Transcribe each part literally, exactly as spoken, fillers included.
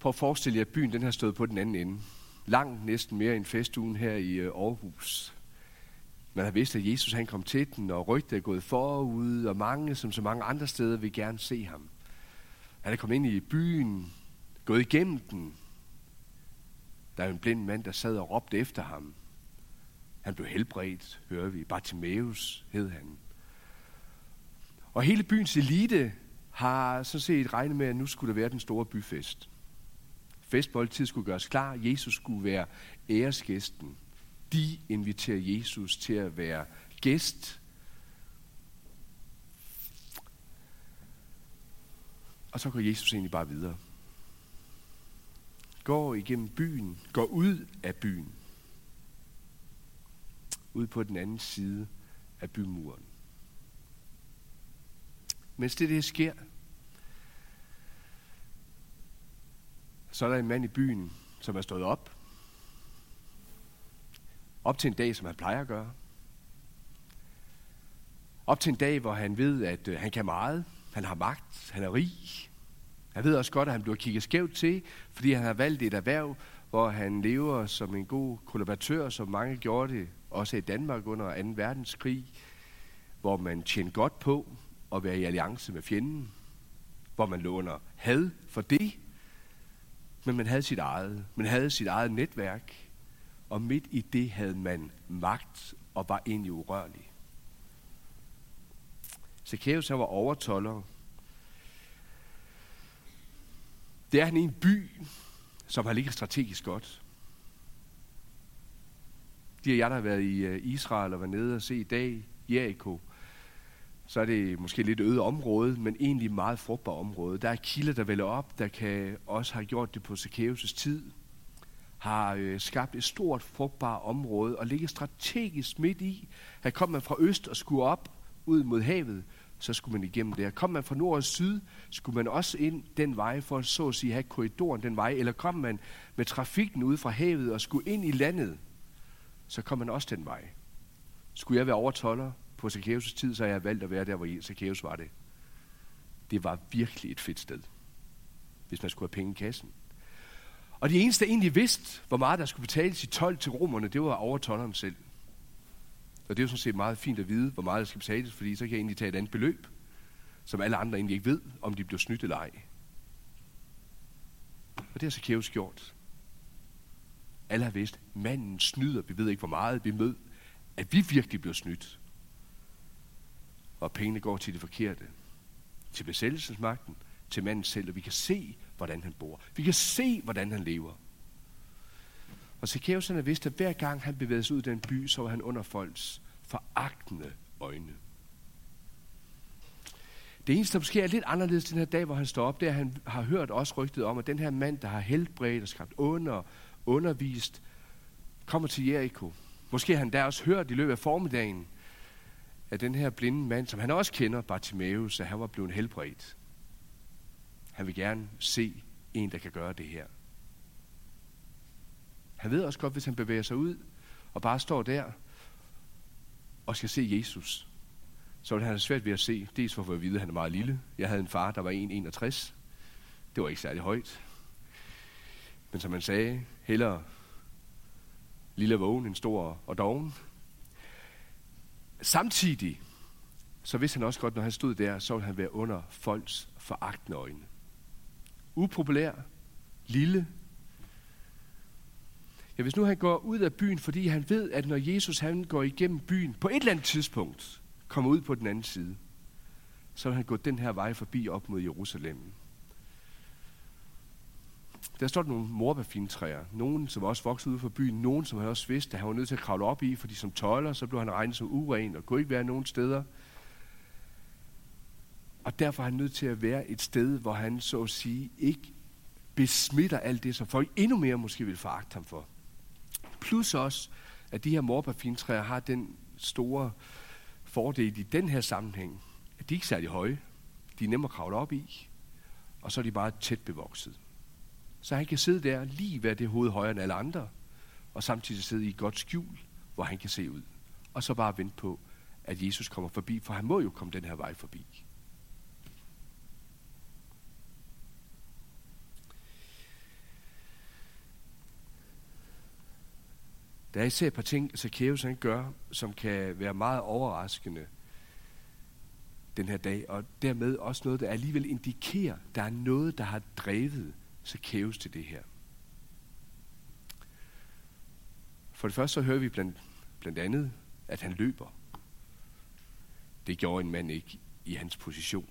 Prøv at forestille jer, at byen den har stået på den anden ende. Langt næsten mere end festugen her i Aarhus. Man har vidst, at Jesus han kom til den, og rygtet er gået forud, og mange, som så mange andre steder, vil gerne se ham. Han er kommet ind i byen, gået igennem den. Der er en blind mand, der sad og råbte efter ham. Han blev helbredt, hører vi. Bartimaeus hed han. Og hele byens elite har så set regnet med, at nu skulle der være den store byfest. Festmåltid skulle gøres klar. Jesus skulle være æresgæsten. De inviterer Jesus til at være gæst. Og så går Jesus egentlig bare videre. Går igennem byen. Går ud af byen. Ud på den anden side af bymuren. Mens det, det sker, så er der en mand i byen, som er stået op. Op til en dag, som han plejer at gøre. Op til en dag, hvor han ved, at øh, han kan meget. Han har magt. Han er rig. Han ved også godt, at han bliver kigget skævt til, fordi han har valgt et erhverv, hvor han lever som en god kollaboratør, som mange gjorde det, også i Danmark under anden verdenskrig, hvor man tjente godt på at være i alliance med fjenden, hvor man lå under had for det, men man havde sit eget, man havde sit eget netværk, og midt i det havde man magt og var egentlig urørlig. Zacchaeus var overtolder. Det er han i en by, som har ligget strategisk godt. De af jer, der har været i Israel og været nede og se i dag, Jericho, så er det måske lidt øde område, men egentlig meget frugtbart område. Der er kilder, der vælger op, der kan også have gjort det på Zacchaeus' tid, har øh, skabt et stort frugtbart område og ligger strategisk midt i. Her kom man fra øst og skulle op ud mod havet, så skulle man igennem der. Kom man fra nord og syd, skulle man også ind den vej for at så at sige have korridoren den vej, eller kom man med trafikken ude fra havet og skulle ind i landet, så kom man også den vej. Skulle jeg være overtolder på Zacchaeus' tid, så har jeg valgt at være der, hvor Zacchaeus var det. Det var virkelig et fedt sted, hvis man skulle have penge i kassen. Og de eneste, der egentlig vidste, hvor meget der skulle betales i told til romerne, det var overtolderen selv. Og det er jo sådan set meget fint at vide, hvor meget der skal betales, fordi så kan jeg egentlig tage et andet beløb, som alle andre egentlig ikke ved, om de bliver snydt eller ej. Og det har Zacchaeus gjort. Alle har vidst, manden snyder, vi ved ikke hvor meget, vi mød, at vi virkelig bliver snydt. Og pengene går til det forkerte. Til besættelsesmagten, til manden selv, og vi kan se, hvordan han bor. Vi kan se, hvordan han lever. Og Zacchaeus har vidst, at hver gang han bevægede sig ud af den by, så var han under folks foragtende øjne. Det eneste, der måske er lidt anderledes den her dag, hvor han står op, det er, at han har hørt også rygtet om, at den her mand, der har helbredt og skabt under, undervist, kommer til Jericho. Måske har han der også hørt i løbet af formiddagen, at den her blinde mand, som han også kender, Bartimaeus, at han var blevet helbredt. Han vil gerne se en, der kan gøre det her. Han ved også godt, hvis han bevæger sig ud og bare står der og skal se Jesus, så vil han have svært ved at se. Dels for at vide, at han er meget lille. Jeg havde en far, der var en komma enogtres. Det var ikke særlig højt. Men som man sagde, hellere lille vågen end stor og doven. Samtidig, så vidste han også godt, når han stod der, så ville han være under folks foragtende øjne. Upopulær, lille. Ja, hvis nu han går ud af byen, fordi han ved, at når Jesus han går igennem byen, på et eller andet tidspunkt, kommer ud på den anden side, så vil han gå den her vej forbi op mod Jerusalem. Der står der nogle morbærfintræer. Nogen, som også voksede ude for byen. Nogen, som han også vidste, at han var nødt til at kravle op i, fordi som tøjler, så blev han regnet som uren og kunne ikke være nogen steder. Og derfor er han nødt til at være et sted, hvor han så at sige ikke besmitter alt det, som folk endnu mere måske vil foragte ham for. Plus også, at de her morbærfintræer har den store fordel i den her sammenhæng, at de ikke er særlig høje. De er nemme at kravle op i, og så er de bare tæt bevokset. Så han kan sidde der lige ved det hoved højere end alle andre, og samtidig sidde i et godt skjul, hvor han kan se ud. Og så bare vente på, at Jesus kommer forbi, for han må jo komme den her vej forbi. Der er især et par ting, Zacchaeus han gør, som kan være meget overraskende den her dag, og dermed også noget, der alligevel indikerer, der er noget, der har drevet Zacchaeus til det her. For det første så hører vi blandt, blandt andet, at han løber. Det gjorde en mand ikke i hans position.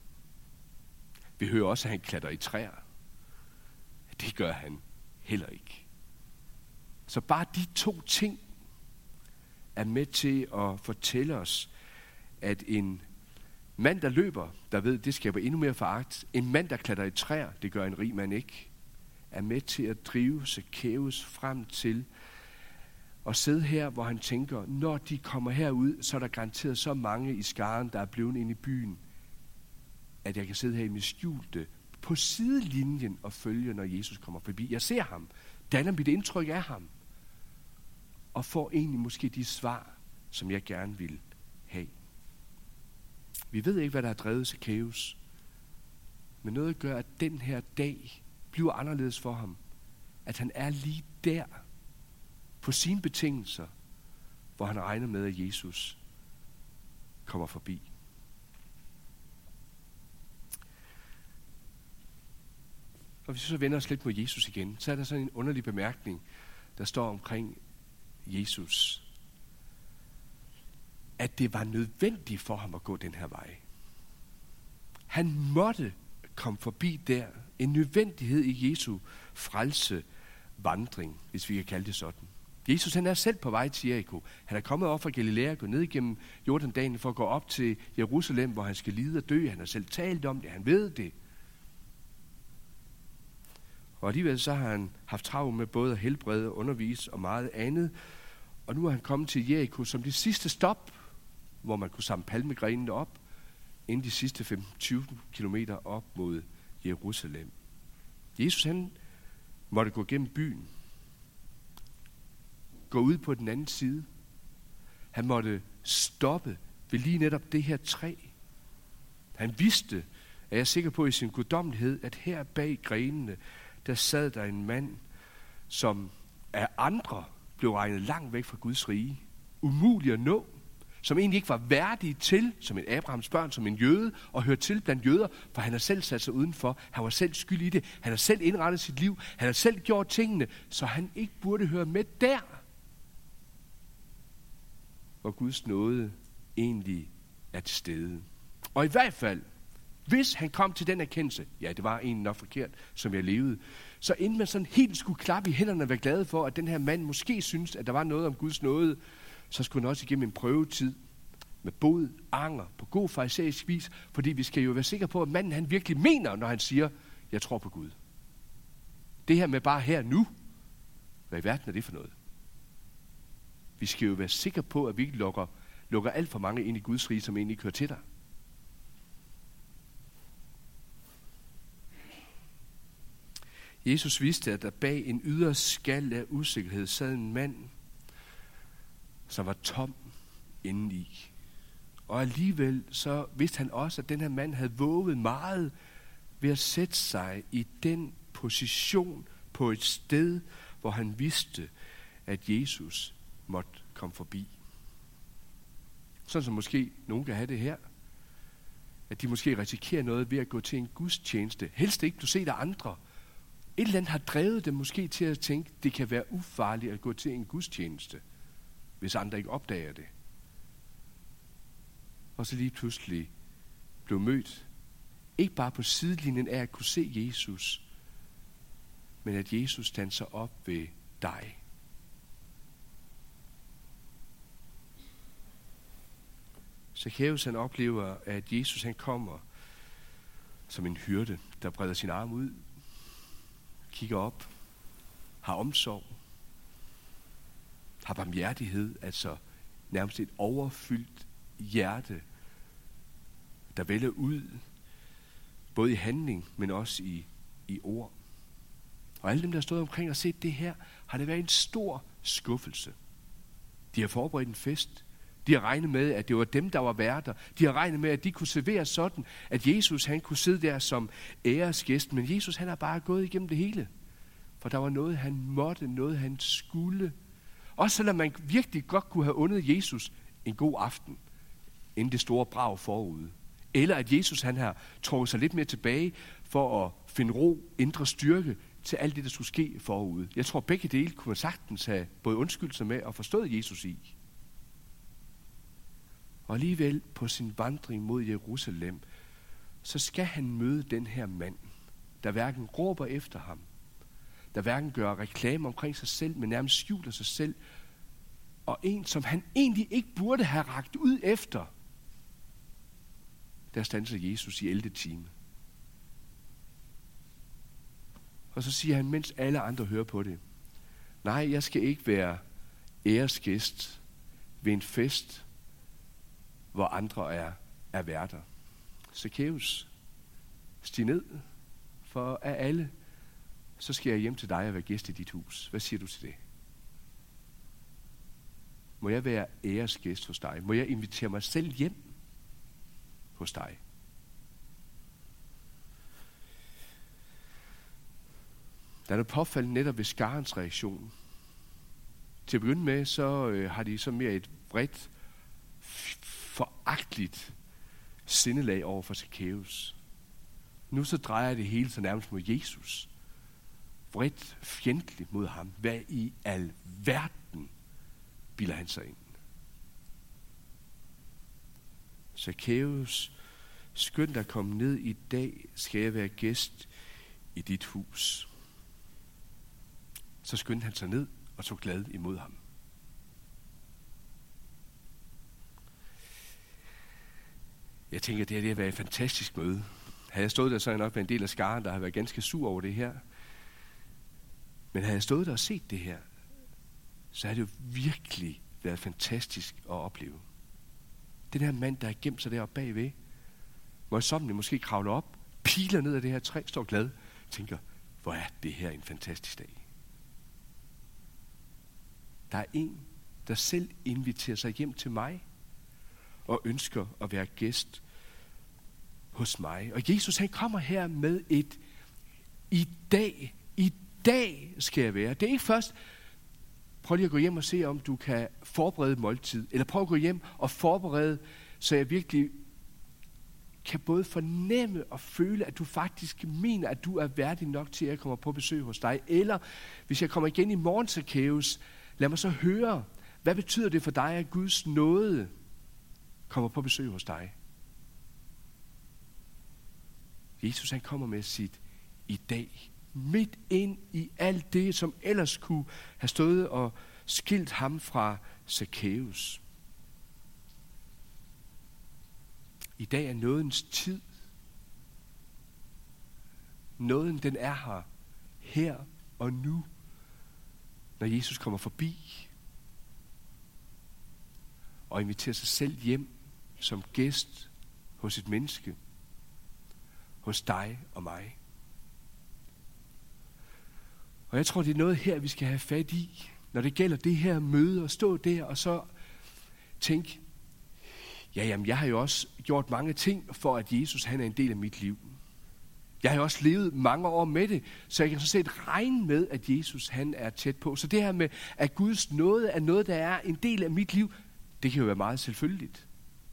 Vi hører også, at han klatrer i træer. Det gør han heller ikke. Så bare de to ting er med til at fortælle os, at en mand, der løber, der ved, det skaber endnu mere foragt. En mand, der klatrer i træer, det gør en rig mand ikke, er med til at drive Zacchaeus frem til at sidde her, hvor han tænker, når de kommer herud, så er der garanteret så mange i skaren, der er blevet inde i byen, at jeg kan sidde her i mit skjulte på sidelinjen og følge, når Jesus kommer forbi. Jeg ser ham, danner mit indtryk af ham, og får egentlig måske de svar, som jeg gerne vil have. Vi ved ikke, hvad der har drevet Zacchaeus, men noget gør, at den her dag bliver anderledes for ham. At han er lige der, på sine betingelser, hvor han regner med, at Jesus kommer forbi. Og hvis vi så vender os lidt mod Jesus igen, så er der sådan en underlig bemærkning, der står omkring Jesus. At det var nødvendigt for ham at gå den her vej. Han måtte komme forbi der. En nødvendighed i Jesu frelse vandring, hvis vi kan kalde det sådan. Jesus han er selv på vej til Jericho. Han er kommet op fra Galilea og gået ned igennem Jordandalen for at gå op til Jerusalem, hvor han skal lide og dø. Han har selv talt om det, han ved det. Og alligevel så har han haft travlt med både at helbrede, undervise og meget andet. Og nu er han kommet til Jericho som det sidste stop, hvor man kunne samle palmegrenene op, inden de sidste femten til tyve kilometer op mod Jerusalem. Jesus han måtte gå gennem byen. Gå ud på den anden side. Han måtte stoppe ved lige netop det her træ. Han vidste, er jeg sikker på i sin guddommelighed, at her bag grenene, der sad der en mand, som af andre blev regnet langt væk fra Guds rige. Umulig at nå. Som egentlig ikke var værdig til, som en Abrahams børn, som en jøde, og høre til blandt jøder, for han har selv sat sig udenfor. Han var selv skyld i det. Han har selv indrettet sit liv. Han har selv gjort tingene, så han ikke burde høre med der, hvor Guds nåde egentlig er til stede. Og i hvert fald, hvis han kom til den erkendelse, ja, det var egentlig nok forkert, som jeg levede, så inden man sådan helt skulle klappe i hænderne og være glad for, at den her mand måske synes, at der var noget om Guds nåde, så skulle han også igennem en prøvetid med bod, anger, på god farisæisk vis, fordi vi skal jo være sikre på, at manden han virkelig mener, når han siger, jeg tror på Gud. Det her med bare her nu, hvad i verden er det for noget? Vi skal jo være sikre på, at vi ikke lukker, lukker alt for mange ind i Guds rige, som egentlig kører til dig. Jesus vidste, at der bag en ydre skal af usikkerhed sad en mand, som var tom indeni. Og alligevel så vidste han også, at den her mand havde våget meget ved at sætte sig i den position på et sted, hvor han vidste, at Jesus måtte komme forbi. Sådan som måske nogen kan have det her. At de måske risikerer noget ved at gå til en gudstjeneste. Helst ikke, du ser der andre. Et eller andet har drevet dem måske til at tænke, det kan være ufarligt at gå til en gudstjeneste, hvis andre ikke opdager det. Og så lige pludselig blev mødt, ikke bare på sidelinjen af at kunne se Jesus, men at Jesus standser op ved dig. Zacchaeus han oplever, at Jesus han kommer som en hyrde, der breder sin arm ud, kigger op, har omsorg, har barmhjertighed, altså nærmest et overfyldt hjerte, der vælger ud, både i handling, men også i, i ord. Og alle dem, der stod omkring og set det her, har det været en stor skuffelse. De har forberedt en fest. De har regnet med, at det var dem, der var værter. De har regnet med, at de kunne servere sådan, at Jesus han kunne sidde der som æresgæst. Men Jesus han har bare gået igennem det hele. For der var noget, han måtte, noget han skulle. Også selvom man virkelig godt kunne have undet Jesus en god aften, inden det store brag forude. Eller at Jesus han har trukket sig lidt mere tilbage for at finde ro, indre styrke til alt det, der skulle ske forude. Jeg tror, begge dele kunne man sagtens have både undskyldt sig med og forstået Jesus i. Og alligevel på sin vandring mod Jerusalem, så skal han møde den her mand, der hverken råber efter ham, der hverken gør reklame omkring sig selv, men nærmest skjuler sig selv, og en, som han egentlig ikke burde have rakt ud efter. Der standser Jesus i ellevte time. Og så siger han, mens alle andre hører på det, nej, jeg skal ikke være æresgæst ved en fest, hvor andre er, er værter. Zacchaeus, stig ned, for af alle, så skal jeg hjem til dig og være gæst i dit hus. Hvad siger du til det? Må jeg være æresgæst hos dig? Må jeg invitere mig selv hjem hos dig? Der er noget påfaldende netop ved skarens reaktion. Til at begynde med, så øh, har de så mere et vredt, foragteligt sindelag over for Zacchaeus. Nu så drejer det hele sig nærmest mod Jesus. Vredt, fjendtligt mod ham. Hvad i alverden bilder han sig ind? Zacchaeus, skønt at komme ned i dag, skal jeg være gæst i dit hus. Så skyndte han sig ned og tog glad imod ham. Jeg tænker, det her det har været et fantastisk møde. Havde jeg stået der, så er jeg nok været en del af skaren, der har været ganske sur over det her. Men havde jeg stået der og set det her, så har det jo virkelig været fantastisk at opleve. Den her mand, der er gemt sig deroppe bagved, hvor jeg måske kravler op, piler ned af det her træ, står glad, tænker, hvor er det her en fantastisk dag. Der er en, der selv inviterer sig hjem til mig, og ønsker at være gæst hos mig. Og Jesus, han kommer her med et, i dag, i dag skal jeg være. Det er ikke først, prøv lige at gå hjem og se, om du kan forberede måltid, eller prøv at gå hjem og forberede, så jeg virkelig kan både fornemme og føle, at du faktisk mener, at du er værdig nok til, at jeg kommer på besøg hos dig. Eller, hvis jeg kommer igen i morgen, Zacchaeus, lad mig så høre, hvad betyder det for dig, at Guds nåde kommer på besøg hos dig? Jesus, han kommer med sit i dag, midt ind i alt det, som ellers kunne have stået og skilt ham fra Zacchaeus. I dag er nådens tid. Nåden, den er her, her og nu, når Jesus kommer forbi og inviterer sig selv hjem som gæst hos et menneske, hos dig og mig. Og jeg tror, det er noget her, vi skal have fat i, når det gælder det her møde, og stå der og så tænke, ja, jamen, jeg har jo også gjort mange ting for, at Jesus han er en del af mit liv. Jeg har jo også levet mange år med det, så jeg kan så set regne med, at Jesus han er tæt på. Så det her med, at Guds nåde er noget, der er en del af mit liv, det kan jo være meget selvfølgeligt.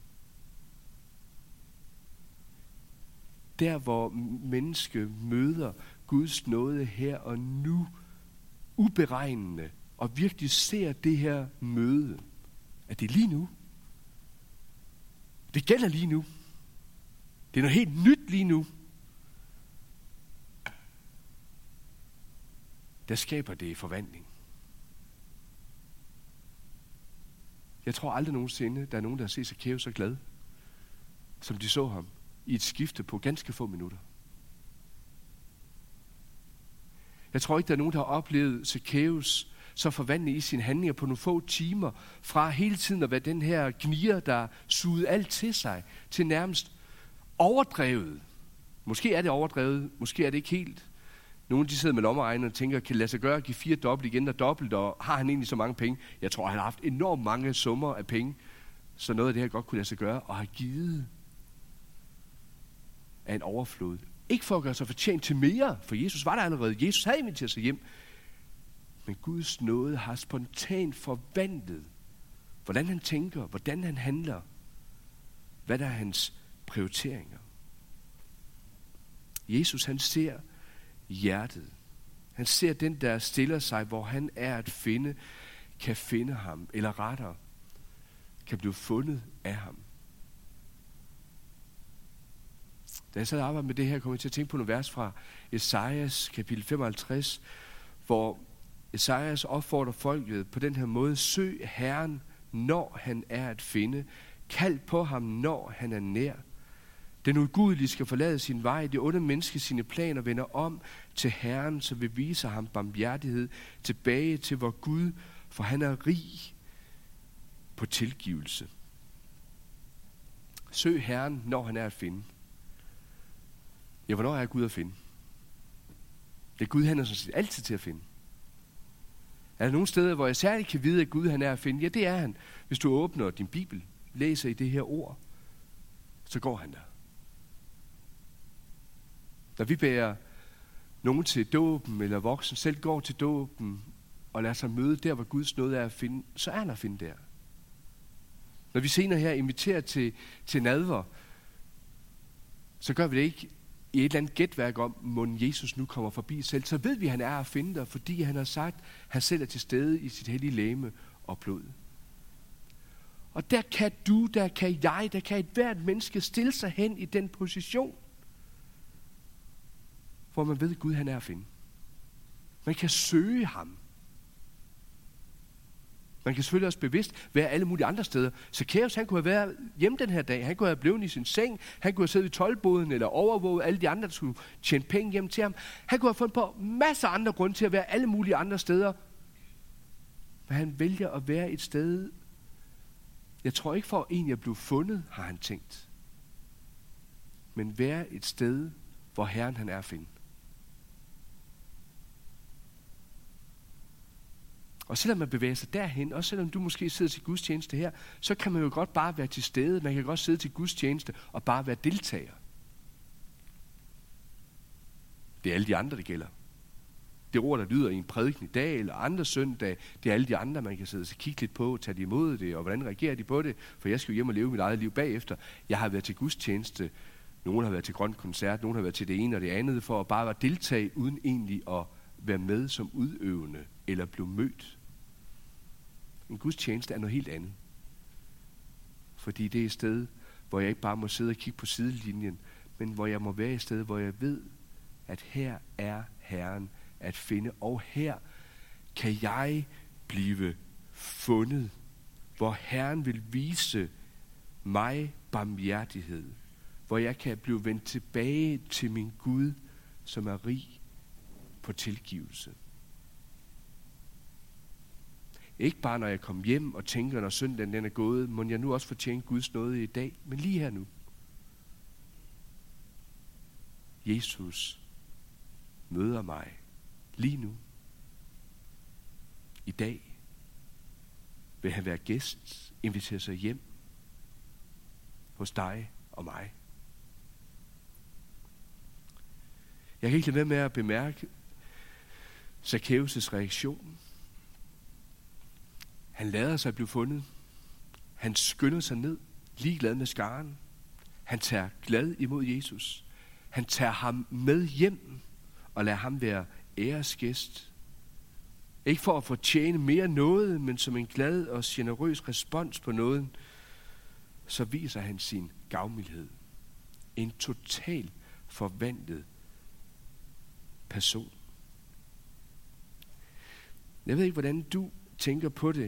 Der, hvor menneske møder Guds nåde her og nu, uberegnende, og virkelig ser det her møde, at det er lige nu. Det gælder lige nu. Det er noget helt nyt lige nu. Der skaber det forvandling. Jeg tror aldrig nogensinde, der er nogen, der har set Zacchaeus så glad, som de så ham i et skifte på ganske få minutter. Jeg tror ikke, der er nogen, der har oplevet Zacchaeus så forvandlet i sine handlinger på nogle få timer, fra hele tiden at være den her gnier, der sugede alt til sig, til nærmest overdrevet. Måske er det overdrevet, måske er det ikke helt. Nogle de sidder med lommeregnerne og tænker, kan det lade sig gøre at give fire dobbelt igen og dobbelt, og har han egentlig så mange penge? Jeg tror, han har haft enormt mange summer af penge, så noget af det her godt kunne lade sig gøre, og har givet af en overflod. Ikke for at gøre sig fortjent til mere, for Jesus var der allerede. Jesus havde inviteret sig hjem. Men Guds nåde har spontant forvandlet, hvordan han tænker, hvordan han handler, hvad der er hans prioriteringer. Jesus, han ser hjertet. Han ser den, der stiller sig, hvor han er at finde, kan finde ham, eller rettere, kan blive fundet af ham. Da jeg sad og arbejdede med det her, kom jeg til at tænke på nogle vers fra Esajas kapitel femoghalvtreds, hvor Esajas opfordrer folket på den her måde: søg Herren, når han er at finde. Kald på ham, når han er nær. Den ugudelige skal forlade sin vej, det onde menneske sine planer vender om til Herren, som vil vise ham barmhjertighed, tilbage til vor Gud, for han er rig på tilgivelse. Søg Herren, når han er at finde. Ja, hvornår er Gud at finde? Det er Gud, han er sådan set altid til at finde. Er der nogle steder, hvor jeg særligt kan vide, at Gud han er at finde? Ja, det er han. Hvis du åbner din bibel, læser i det her ord, så går han der. Når vi bærer nogen til dåben, eller voksen selv går til dåben, og lader sig møde der, hvor Guds nåde er at finde, så er han at finde der. Når vi senere her inviterer til, til nadver, så gør vi det ikke i et eller andet gætværk om, må Jesus nu kommer forbi selv. Så ved vi, at han er at finde der, fordi han har sagt, at han selv er til stede i sit hellige legeme og blod. Og der kan du, der kan jeg, der kan et hvert menneske stille sig hen i den position, hvor man ved, at Gud han er at finde. Man kan søge ham. Man kan selvfølgelig også bevidst være alle mulige andre steder. Zacchaeus, han kunne have været hjemme den her dag. Han kunne have blevet i sin seng. Han kunne have siddet i toldboden eller overvåget alle de andre, der skulle tjene penge hjem til ham. Han kunne have fundet på masser af andre grunde til at være alle mulige andre steder. Men han vælger at være et sted. Jeg tror ikke for egentlig at blive fundet, har han tænkt. Men være et sted, hvor Herren han er at finde. Og selvom man bevæger sig derhen, også selvom du måske sidder til gudstjeneste her, så kan man jo godt bare være til stede. Man kan godt sidde til gudstjeneste og bare være deltager. Det er alle de andre, det gælder. Det ord, der lyder i en prædiken i dag eller andre søndag, det er alle de andre, man kan sidde og kigge lidt på, tage imod det, og hvordan reagerer de på det, for jeg skal jo hjem og leve mit eget liv bagefter. Jeg har været til gudstjeneste, nogen har været til grøn koncert, nogen har været til det ene og det andet, for at bare være deltage, uden egentlig at være med som udøvende eller blive mødt. En gudstjeneste er noget helt andet. Fordi det er et sted, hvor jeg ikke bare må sidde og kigge på sidelinjen, men hvor jeg må være et sted, hvor jeg ved, at her er Herren at finde, og her kan jeg blive fundet, hvor Herren vil vise mig barmhjertighed, hvor jeg kan blive vendt tilbage til min Gud, som er rig på tilgivelse. Ikke bare når jeg kommer hjem og tænker, når søndagen den er gået, må jeg nu også fortjene Guds nåde i dag, men lige her nu. Jesus møder mig lige nu. I dag vil han være gæst, invitere sig hjem hos dig og mig. Jeg kan ikke lade være med at bemærke Zacchaeus' reaktion. Han lader sig blive fundet. Han skynder sig ned, ligeglad med skaren. Han tager glad imod Jesus. Han tager ham med hjem og lader ham være æresgæst. Ikke for at fortjene mere noget, men som en glad og generøs respons på nåden, så viser han sin gavmildhed. En total forvandlet person. Jeg ved ikke, hvordan du tænker på det,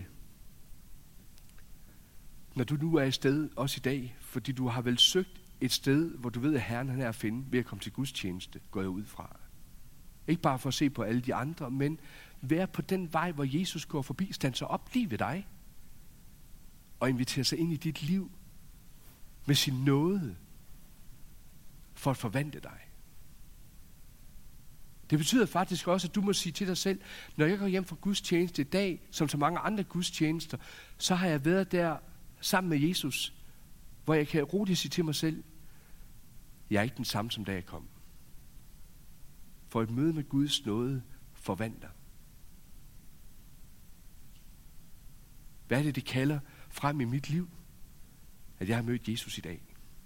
når du nu er et sted, også i dag, fordi du har vel søgt et sted, hvor du ved, at Herren han er at finde, ved at komme til gudstjeneste, går jeg ud fra. Ikke bare for at se på alle de andre, men være på den vej, hvor Jesus går forbi, standser op lige ved dig, og inviterer sig ind i dit liv med sin nåde, for at forvandle dig. Det betyder faktisk også, at du må sige til dig selv, når jeg går hjem fra gudstjeneste i dag, som så mange andre gudstjenester, så har jeg været der sammen med Jesus, hvor jeg kan roligt sige til mig selv, jeg er ikke den samme, som da jeg kom. For et møde med Guds nåde forvandler. Hvad er det, det kalder frem i mit liv? At jeg har mødt Jesus i dag.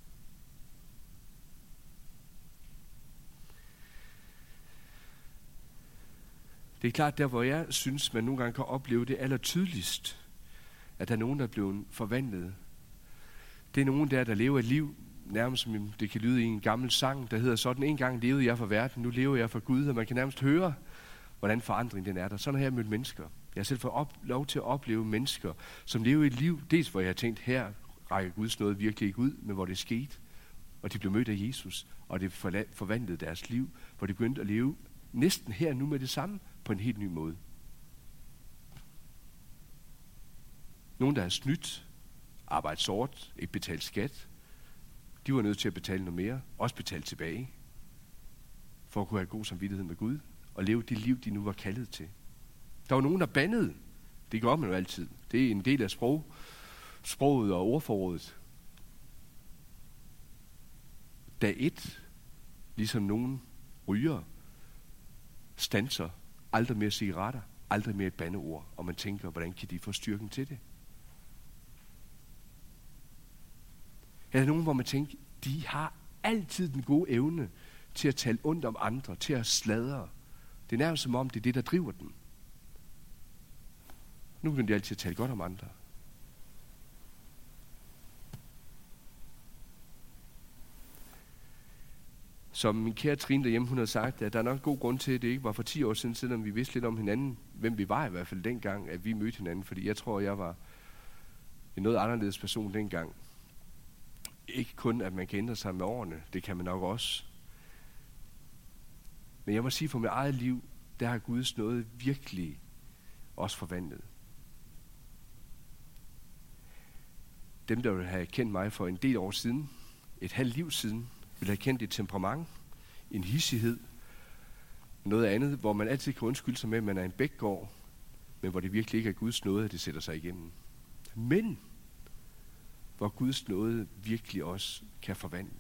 Det er klart, der hvor jeg synes, man nogle gange kan opleve det aller tydeligst, at der er nogen, der er blevet forvandlet. Det er nogen der, der lever et liv, nærmest som det kan lyde i en gammel sang, der hedder sådan: en gang levede jeg for verden, nu lever jeg for Gud. Og man kan nærmest høre, hvordan forandring den er der. Sådan har jeg mødt mennesker. Jeg har selv fået op, lov til at opleve mennesker, som lever et liv, dels hvor jeg har tænkt, her rækker Guds nåde virkelig ikke ud, men hvor det skete, og de blev mødt af Jesus, og det forvandlede deres liv, hvor de begyndte at leve næsten her nu med det samme, på en helt ny måde. Nogen, der har snydt, arbejdet sort, ikke betalt skat, de var nødt til at betale noget mere, også betale tilbage, for at kunne have god samvittighed med Gud, og leve det liv, de nu var kaldet til. Der var nogen, der bandede. Det gør man jo altid. Det er en del af sprog, sproget og ordforrådet. Da et, ligesom nogen ryger, standser, aldrig mere cigaretter, aldrig mere et bandeord, og man tænker, hvordan kan de få styrken til det? Eller nogen, hvor man tænker, de har altid den gode evne til at tale ondt om andre, til at sladre. Det er nærmest som om, det er det, der driver den. Nu begynder de altid at tale godt om andre. Som min kære Trine derhjemme, hun har sagt, at der er nok god grund til, at det ikke var for ti år siden, selvom vi vidste lidt om hinanden, hvem vi var i hvert fald dengang, at vi mødte hinanden. Fordi jeg tror, jeg var en noget anderledes person dengang. Ikke kun, at man kan ændre sig med årene, det kan man nok også. Men jeg må sige, for mit eget liv, der har Guds nåde virkelig også forvandlet. Dem, der ville have kendt mig for en del år siden, et halvt liv siden, ville have kendt et temperament, en hissighed, noget andet, hvor man altid kan undskylde sig med, at man er en bækgård, men hvor det virkelig ikke er Guds nåde, at det sætter sig igennem. Men hvor Guds nåde virkelig også kan forvandle.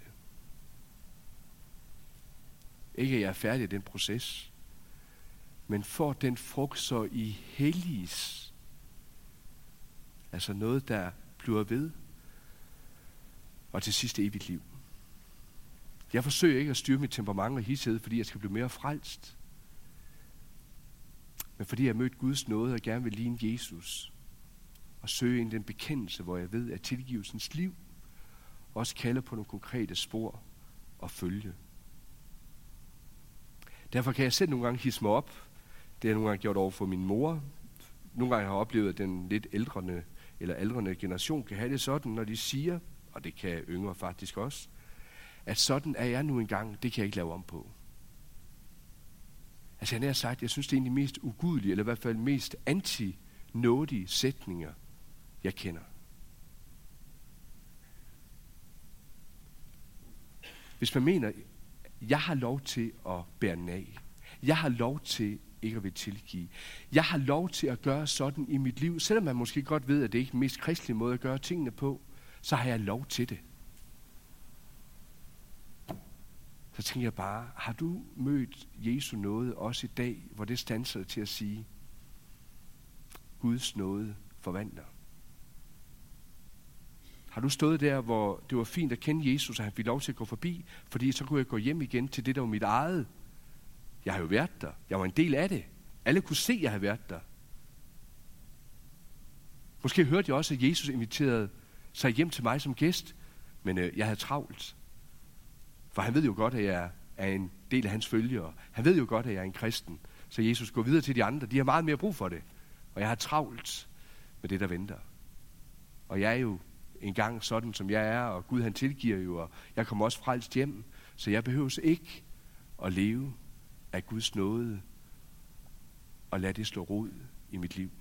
Ikke at jeg er færdig i den proces, men får den frugt så i helliges, altså noget, der bliver ved, og til sidst evigt liv. Jeg forsøger ikke at styre mit temperament og hissighed, fordi jeg skal blive mere frelst, men fordi jeg har mødt Guds nåde og gerne vil ligne Jesus, og søge ind den bekendelse, hvor jeg ved, at tilgivelsens liv også kalder på nogle konkrete spor og følge. Derfor kan jeg selv nogle gange hisse mig op. Det har jeg nogle gange gjort over for min mor. Nogle gange har jeg oplevet, at den lidt ældrende eller ældrende generation kan have det sådan, når de siger, og det kan yngre faktisk også, at sådan er jeg nu engang, det kan jeg ikke lave om på. Altså jeg har sagt, jeg synes det er en af de mest ugudelige, eller i hvert fald mest anti-nådige sætninger, jeg kender. Hvis man mener, jeg har lov til at bære nag, jeg har lov til ikke at vil tilgive, jeg har lov til at gøre sådan i mit liv, selvom man måske godt ved, at det ikke er den mest kristelige måde at gøre tingene på, så har jeg lov til det. Så tænker jeg bare, har du mødt Jesu nåde også i dag, hvor det standser til at sige, Guds nåde forvandler? Har du stået der, hvor det var fint at kende Jesus, og han fik lov til at gå forbi, fordi så kunne jeg gå hjem igen til det, der var mit eget. Jeg har jo været der. Jeg var en del af det. Alle kunne se, at jeg havde været der. Måske hørte jeg også, at Jesus inviterede sig hjem til mig som gæst, men øh, jeg havde travlt. For han ved jo godt, at jeg er en del af hans følgere. Han ved jo godt, at jeg er en kristen. Så Jesus går videre til de andre. De har meget mere brug for det. Og jeg har travlt med det, der venter. Og jeg er jo engang sådan, som jeg er, og Gud han tilgiver jo, og jeg kommer også frelst hjem. Så jeg behøver ikke at leve af Guds nåde og lade det slå rod i mit liv.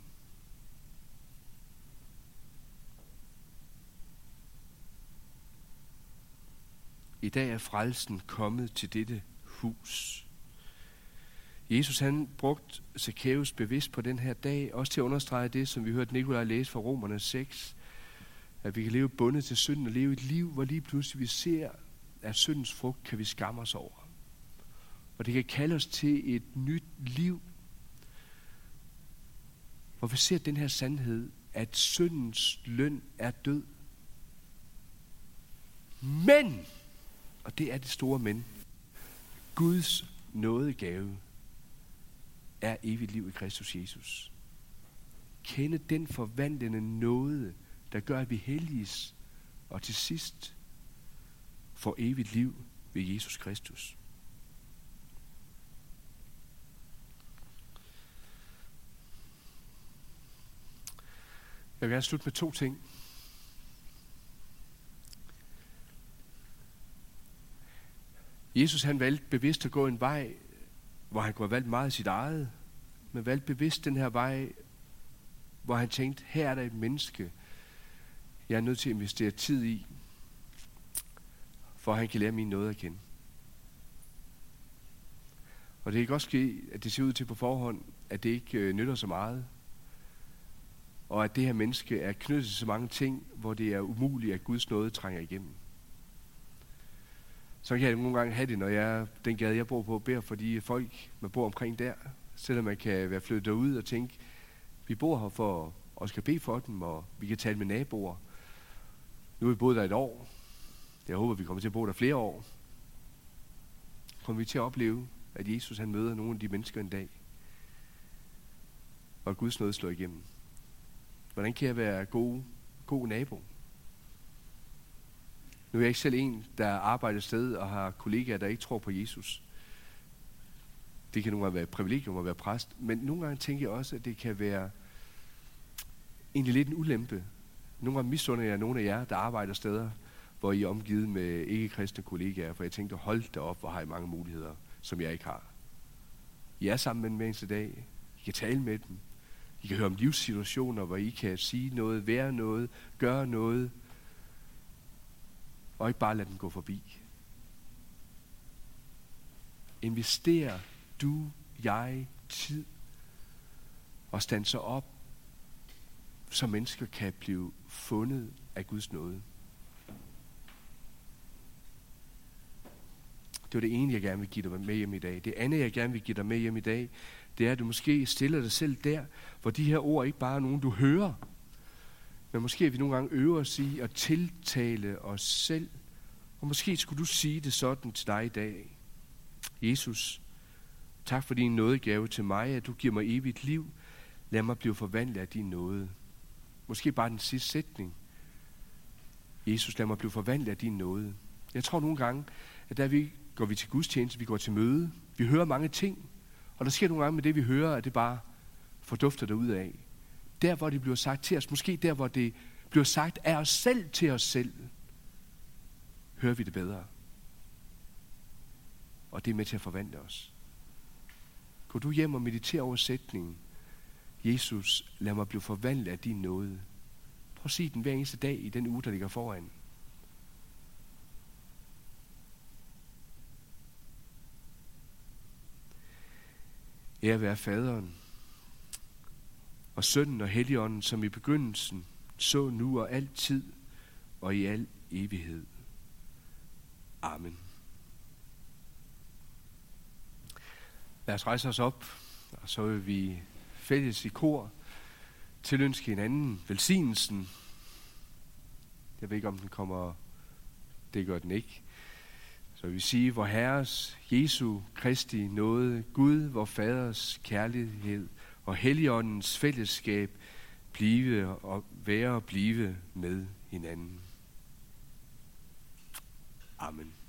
I dag er frelsen kommet til dette hus. Jesus han brugte Zacchaeus bevidst på den her dag, også til at understrege det, som vi hørte Nikolaj læse fra Romerne seks, at vi kan leve bundet til synden og leve et liv, hvor lige pludselig vi ser, at syndens frugt kan vi skamme os over. Og det kan kalde os til et nyt liv, hvor vi ser den her sandhed, at syndens løn er død. Men, og det er det store men, Guds nådegave er evigt liv i Kristus Jesus. Kende den forvandlende nåde, der gør, at vi helliges, og til sidst får evigt liv ved Jesus Kristus. Jeg vil gerne slutte med to ting. Jesus han valgte bevidst at gå en vej, hvor han kunne have valgt meget af sit eget, men valgte bevidst den her vej, hvor han tænkte, her er der et menneske, jeg er nødt til at investere tid i, for at han kan lære min nåde at kende. Og det kan godt ske, at det ser ud til på forhånd, at det ikke øh, nytter så meget, og at det her menneske er knyttet til så mange ting, hvor det er umuligt, at Guds nåde trænger igennem. Så kan jeg nogle gange have det, når jeg, den gade, jeg bor på, beder for de folk, man bor omkring der, selvom man kan være flyttet derud og tænke, vi bor her for at skal bede for dem, og vi kan tale med naboer. Nu har vi boet der et år. Jeg håber, vi kommer til at bo der flere år. Kommer vi til at opleve, at Jesus han møder nogle af de mennesker en dag, og Guds nåde slår igennem. Hvordan kan jeg være god, god nabo? Nu er jeg ikke selv en, der arbejder et sted og har kollegaer, der ikke tror på Jesus. Det kan nogle gange være et privilegium at være præst, men nogle gange tænker jeg også, at det kan være egentlig lidt en ulempe. Nogle gange misunder jeg nogle af jer, der arbejder steder, hvor I er omgivet med ikke-kristne kollegaer, for jeg tænkte, hold da op, hvor har I mange muligheder, som jeg ikke har. I er sammen med dem hver eneste dag. I kan tale med dem. I kan høre om livssituationer, hvor I kan sige noget, være noget, gøre noget, og ikke bare lade dem gå forbi. Investerer du, jeg, tid og standser op, så mennesker kan blive fundet af Guds nåde. Det var det ene, jeg gerne vil give dig med hjem i dag. Det andet, jeg gerne vil give dig med hjem i dag, det er, at du måske stiller dig selv der, hvor de her ord ikke bare er nogen, du hører, men måske vi nogle gange øver os i at tiltale os selv. Og måske skulle du sige det sådan til dig i dag. Jesus, tak for din nådegave til mig, at du giver mig evigt liv. Lad mig blive forvandlet af din nåde. Måske bare den sidste sætning. Jesus, lad mig blive forvandlet af din nåde. Jeg tror nogle gange, at der vi går vi til gudstjeneste, vi går til møde, vi hører mange ting, og der sker nogle gange med det, vi hører, at det bare fordufter derud af. Der, hvor det bliver sagt til os, måske der, hvor det bliver sagt af os selv til os selv, hører vi det bedre. Og det er med til at forvandle os. Gå du hjem og meditere over sætningen. Jesus, lad mig blive forvandlet af din nåde. Prøv at sige den hver eneste dag i den uge, der ligger foran. Ære være faderen og sønnen og helligånden, som i begyndelsen, så nu og altid og i al evighed. Amen. Lad os rejse os op, og så vil vi fælles i kor tilønske hinanden velsignelsen. Jeg ved ikke, om den kommer, det gør den ikke. Så vi siger, vor Herres, Jesu Kristi nåde, Gud, vor Faders kærlighed og Helligåndens fællesskab blive og være og blive med hinanden. Amen.